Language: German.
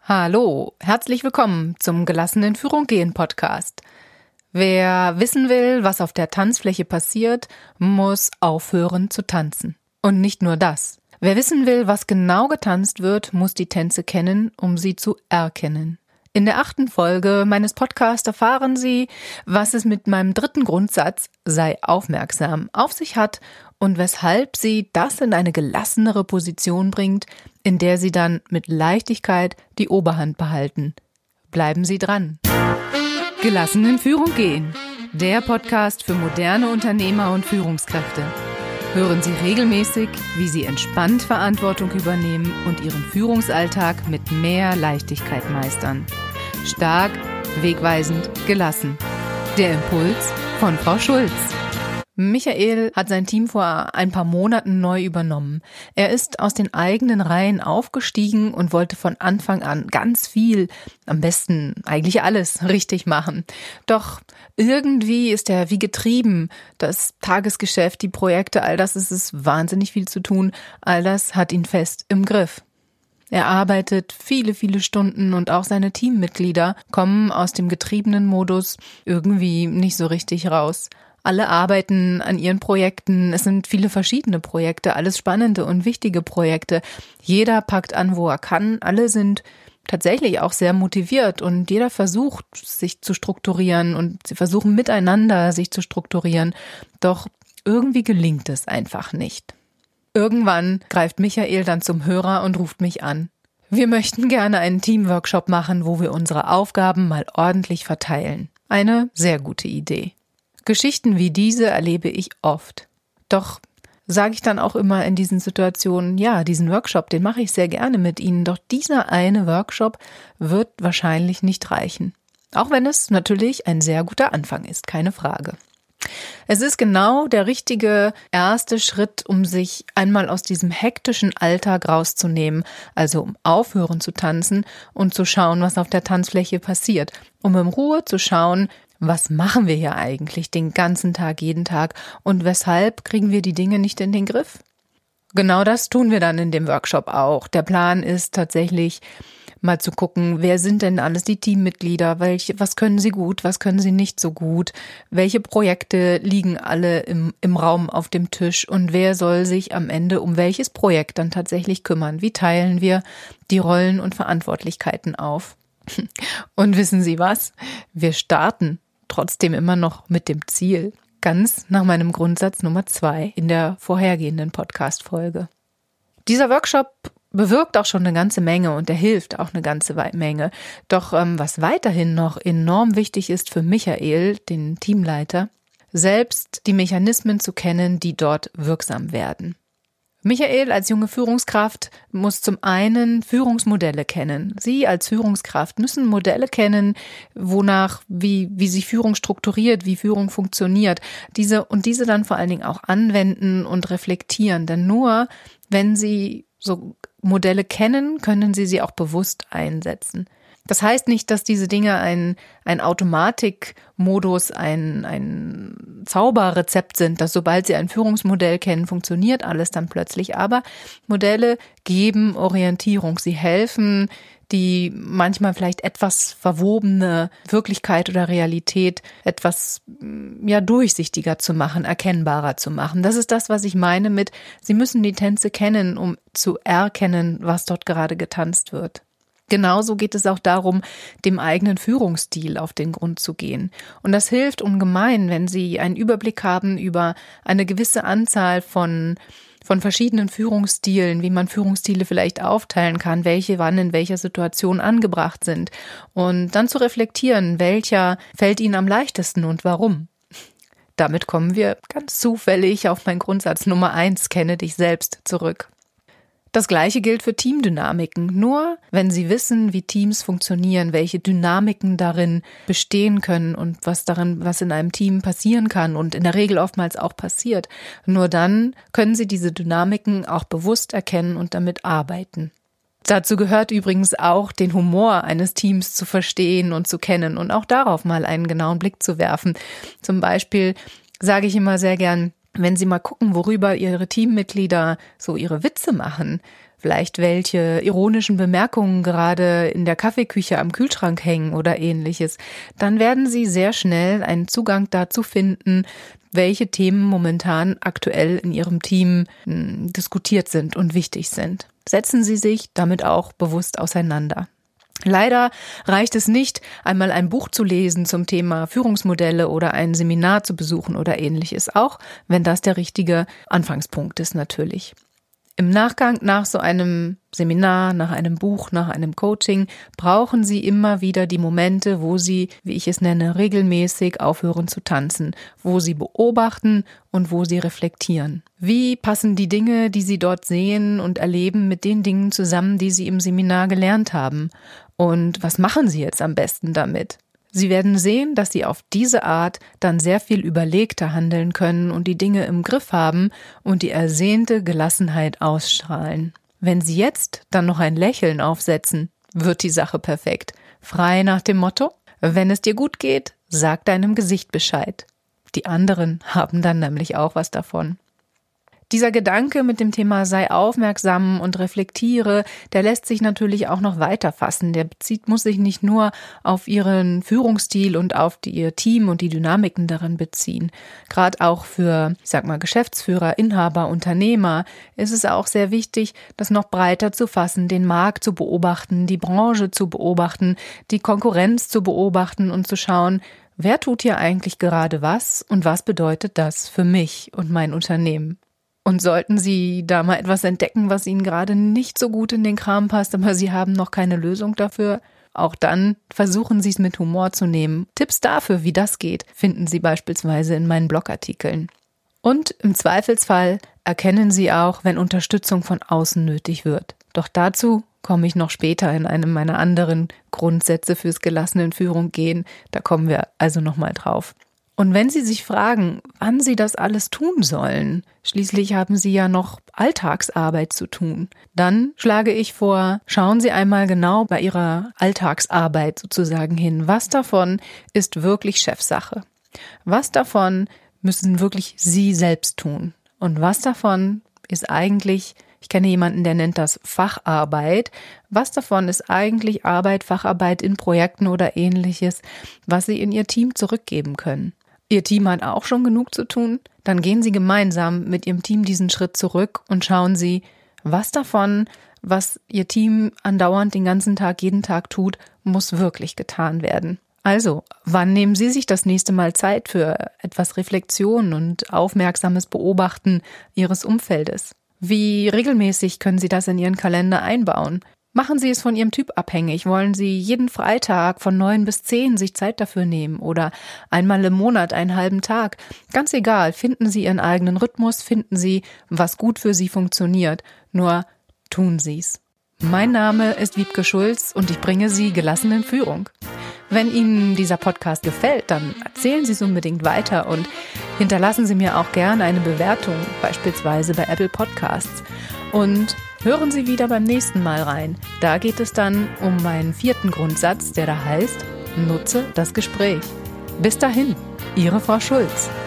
Hallo, herzlich willkommen zum Gelassen in Führung gehen Podcast. Wer wissen will, was auf der Tanzfläche passiert, muss aufhören zu tanzen. Und nicht nur das. Wer wissen will, was genau getanzt wird, muss die Tänze kennen, um sie zu erkennen. In der 8. Folge meines Podcasts erfahren Sie, was es mit meinem 3. Grundsatz, sei aufmerksam, auf sich hat und weshalb Sie das in eine gelassenere Position bringt, in der Sie dann mit Leichtigkeit die Oberhand behalten. Bleiben Sie dran. Gelassen in Führung gehen. Der Podcast für moderne Unternehmer und Führungskräfte. Hören Sie regelmäßig, wie Sie entspannt Verantwortung übernehmen und Ihren Führungsalltag mit mehr Leichtigkeit meistern. Stark, wegweisend, gelassen. Der Impuls von Frau Schulz. Michael hat sein Team vor ein paar Monaten neu übernommen. Er ist aus den eigenen Reihen aufgestiegen und wollte von Anfang an ganz viel, am besten eigentlich alles, richtig machen. Doch irgendwie ist er wie getrieben. Das Tagesgeschäft, die Projekte, all das ist wahnsinnig viel zu tun. All das hat ihn fest im Griff. Er arbeitet viele Stunden und auch seine Teammitglieder kommen aus dem getriebenen Modus irgendwie nicht so richtig raus. Alle arbeiten an ihren Projekten. Es sind viele verschiedene Projekte, alles spannende und wichtige Projekte. Jeder packt an, wo er kann. Alle sind tatsächlich auch sehr motiviert und jeder versucht, sich zu strukturieren und sie versuchen miteinander, sich zu strukturieren. Doch irgendwie gelingt es einfach nicht. Irgendwann greift Michael dann zum Hörer und ruft mich an. Wir möchten gerne einen Teamworkshop machen, wo wir unsere Aufgaben mal ordentlich verteilen. Eine sehr gute Idee. Geschichten wie diese erlebe ich oft. Doch sage ich dann auch immer in diesen Situationen, ja, diesen Workshop, den mache ich sehr gerne mit Ihnen, doch dieser eine Workshop wird wahrscheinlich nicht reichen. Auch wenn es natürlich ein sehr guter Anfang ist, keine Frage. Es ist genau der richtige erste Schritt, um sich einmal aus diesem hektischen Alltag rauszunehmen, also um aufhören zu tanzen und zu schauen, was auf der Tanzfläche passiert, um in Ruhe zu schauen, was machen wir hier eigentlich den ganzen Tag, jeden Tag und weshalb kriegen wir die Dinge nicht in den Griff? Genau das tun wir dann in dem Workshop auch. Der Plan ist tatsächlich mal zu gucken, wer sind denn alles die Teammitglieder, was können sie gut, was können sie nicht so gut, welche Projekte liegen alle im Raum auf dem Tisch und wer soll sich am Ende um welches Projekt dann tatsächlich kümmern? Wie teilen wir die Rollen und Verantwortlichkeiten auf? Und wissen Sie was? Wir starten trotzdem immer noch mit dem Ziel, ganz nach meinem Grundsatz Nummer 2 in der vorhergehenden Podcast-Folge. Dieser Workshop bewirkt auch schon eine ganze Menge und er hilft auch eine ganze Menge. Doch was weiterhin noch enorm wichtig ist für Michael, den Teamleiter, selbst die Mechanismen zu kennen, die dort wirksam werden. Michael als junge Führungskraft muss zum einen Führungsmodelle kennen. Sie als Führungskraft müssen Modelle kennen, wonach, wie sich Führung strukturiert, wie Führung funktioniert. Diese dann vor allen Dingen auch anwenden und reflektieren. Denn nur wenn Sie so Modelle kennen, können Sie auch bewusst einsetzen. Das heißt nicht, dass diese Dinge ein Automatikmodus, ein Zauberrezept sind, dass sobald Sie ein Führungsmodell kennen, funktioniert alles dann plötzlich. Aber Modelle geben Orientierung. Sie helfen, die manchmal vielleicht etwas verwobene Wirklichkeit oder Realität etwas durchsichtiger zu machen, erkennbarer zu machen. Das ist das, was ich meine mit, Sie müssen die Tänze kennen, um zu erkennen, was dort gerade getanzt wird. Genauso geht es auch darum, dem eigenen Führungsstil auf den Grund zu gehen. Und das hilft ungemein, wenn Sie einen Überblick haben über eine gewisse Anzahl von verschiedenen Führungsstilen, wie man Führungsstile vielleicht aufteilen kann, welche wann in welcher Situation angebracht sind. Und dann zu reflektieren, welcher fällt Ihnen am leichtesten und warum. Damit kommen wir ganz zufällig auf meinen Grundsatz Nummer 1, kenne dich selbst, zurück. Das Gleiche gilt für Teamdynamiken. Nur wenn Sie wissen, wie Teams funktionieren, welche Dynamiken darin bestehen können und was in einem Team passieren kann und in der Regel oftmals auch passiert, nur dann können Sie diese Dynamiken auch bewusst erkennen und damit arbeiten. Dazu gehört übrigens auch, den Humor eines Teams zu verstehen und zu kennen und auch darauf mal einen genauen Blick zu werfen. Zum Beispiel sage ich immer sehr gern, wenn Sie mal gucken, worüber Ihre Teammitglieder so ihre Witze machen, vielleicht welche ironischen Bemerkungen gerade in der Kaffeeküche am Kühlschrank hängen oder ähnliches, dann werden Sie sehr schnell einen Zugang dazu finden, welche Themen momentan aktuell in Ihrem Team diskutiert sind und wichtig sind. Setzen Sie sich damit auch bewusst auseinander. Leider reicht es nicht, einmal ein Buch zu lesen zum Thema Führungsmodelle oder ein Seminar zu besuchen oder ähnliches, auch wenn das der richtige Anfangspunkt ist natürlich. Im Nachgang nach so einem Seminar, nach einem Buch, nach einem Coaching brauchen Sie immer wieder die Momente, wo Sie, wie ich es nenne, regelmäßig aufhören zu tanzen, wo Sie beobachten und wo Sie reflektieren. Wie passen die Dinge, die Sie dort sehen und erleben, mit den Dingen zusammen, die Sie im Seminar gelernt haben? Und was machen Sie jetzt am besten damit? Sie werden sehen, dass Sie auf diese Art dann sehr viel überlegter handeln können und die Dinge im Griff haben und die ersehnte Gelassenheit ausstrahlen. Wenn Sie jetzt dann noch ein Lächeln aufsetzen, wird die Sache perfekt. Frei nach dem Motto: Wenn es dir gut geht, sag deinem Gesicht Bescheid. Die anderen haben dann nämlich auch was davon. Dieser Gedanke mit dem Thema sei aufmerksam und reflektiere, der lässt sich natürlich auch noch weiter fassen. Der muss sich nicht nur auf Ihren Führungsstil und auf Ihr Team und die Dynamiken darin beziehen. Gerade auch für, Geschäftsführer, Inhaber, Unternehmer ist es auch sehr wichtig, das noch breiter zu fassen, den Markt zu beobachten, die Branche zu beobachten, die Konkurrenz zu beobachten und zu schauen, wer tut hier eigentlich gerade was und was bedeutet das für mich und mein Unternehmen. Und sollten Sie da mal etwas entdecken, was Ihnen gerade nicht so gut in den Kram passt, aber Sie haben noch keine Lösung dafür, auch dann versuchen Sie es mit Humor zu nehmen. Tipps dafür, wie das geht, finden Sie beispielsweise in meinen Blogartikeln. Und im Zweifelsfall erkennen Sie auch, wenn Unterstützung von außen nötig wird. Doch dazu komme ich noch später in einem meiner anderen Grundsätze fürs gelassene Führung gehen. Da kommen wir also nochmal drauf. Und wenn Sie sich fragen, wann Sie das alles tun sollen, schließlich haben Sie ja noch Alltagsarbeit zu tun, dann schlage ich vor, schauen Sie einmal genau bei Ihrer Alltagsarbeit sozusagen hin. Was davon ist wirklich Chefsache? Was davon müssen wirklich Sie selbst tun? Und was davon ist eigentlich, ich kenne jemanden, der nennt das Facharbeit, was davon ist eigentlich Arbeit, Facharbeit in Projekten oder ähnliches, was Sie in Ihr Team zurückgeben können? Ihr Team hat auch schon genug zu tun, dann gehen Sie gemeinsam mit Ihrem Team diesen Schritt zurück und schauen Sie, was davon, was Ihr Team andauernd den ganzen Tag, jeden Tag tut, muss wirklich getan werden. Also, wann nehmen Sie sich das nächste Mal Zeit für etwas Reflexion und aufmerksames Beobachten Ihres Umfeldes? Wie regelmäßig können Sie das in Ihren Kalender einbauen? Machen Sie es von Ihrem Typ abhängig. Wollen Sie jeden Freitag von 9 bis 10 sich Zeit dafür nehmen oder einmal im Monat einen halben Tag? Ganz egal, finden Sie Ihren eigenen Rhythmus, finden Sie, was gut für Sie funktioniert. Nur tun Sie es. Mein Name ist Wiebke Schulz und ich bringe Sie gelassen in Führung. Wenn Ihnen dieser Podcast gefällt, dann erzählen Sie es unbedingt weiter und hinterlassen Sie mir auch gerne eine Bewertung, beispielsweise bei Apple Podcasts. Und hören Sie wieder beim nächsten Mal rein. Da geht es dann um meinen 4. Grundsatz, der da heißt, nutze das Gespräch. Bis dahin, Ihre Frau Schulz.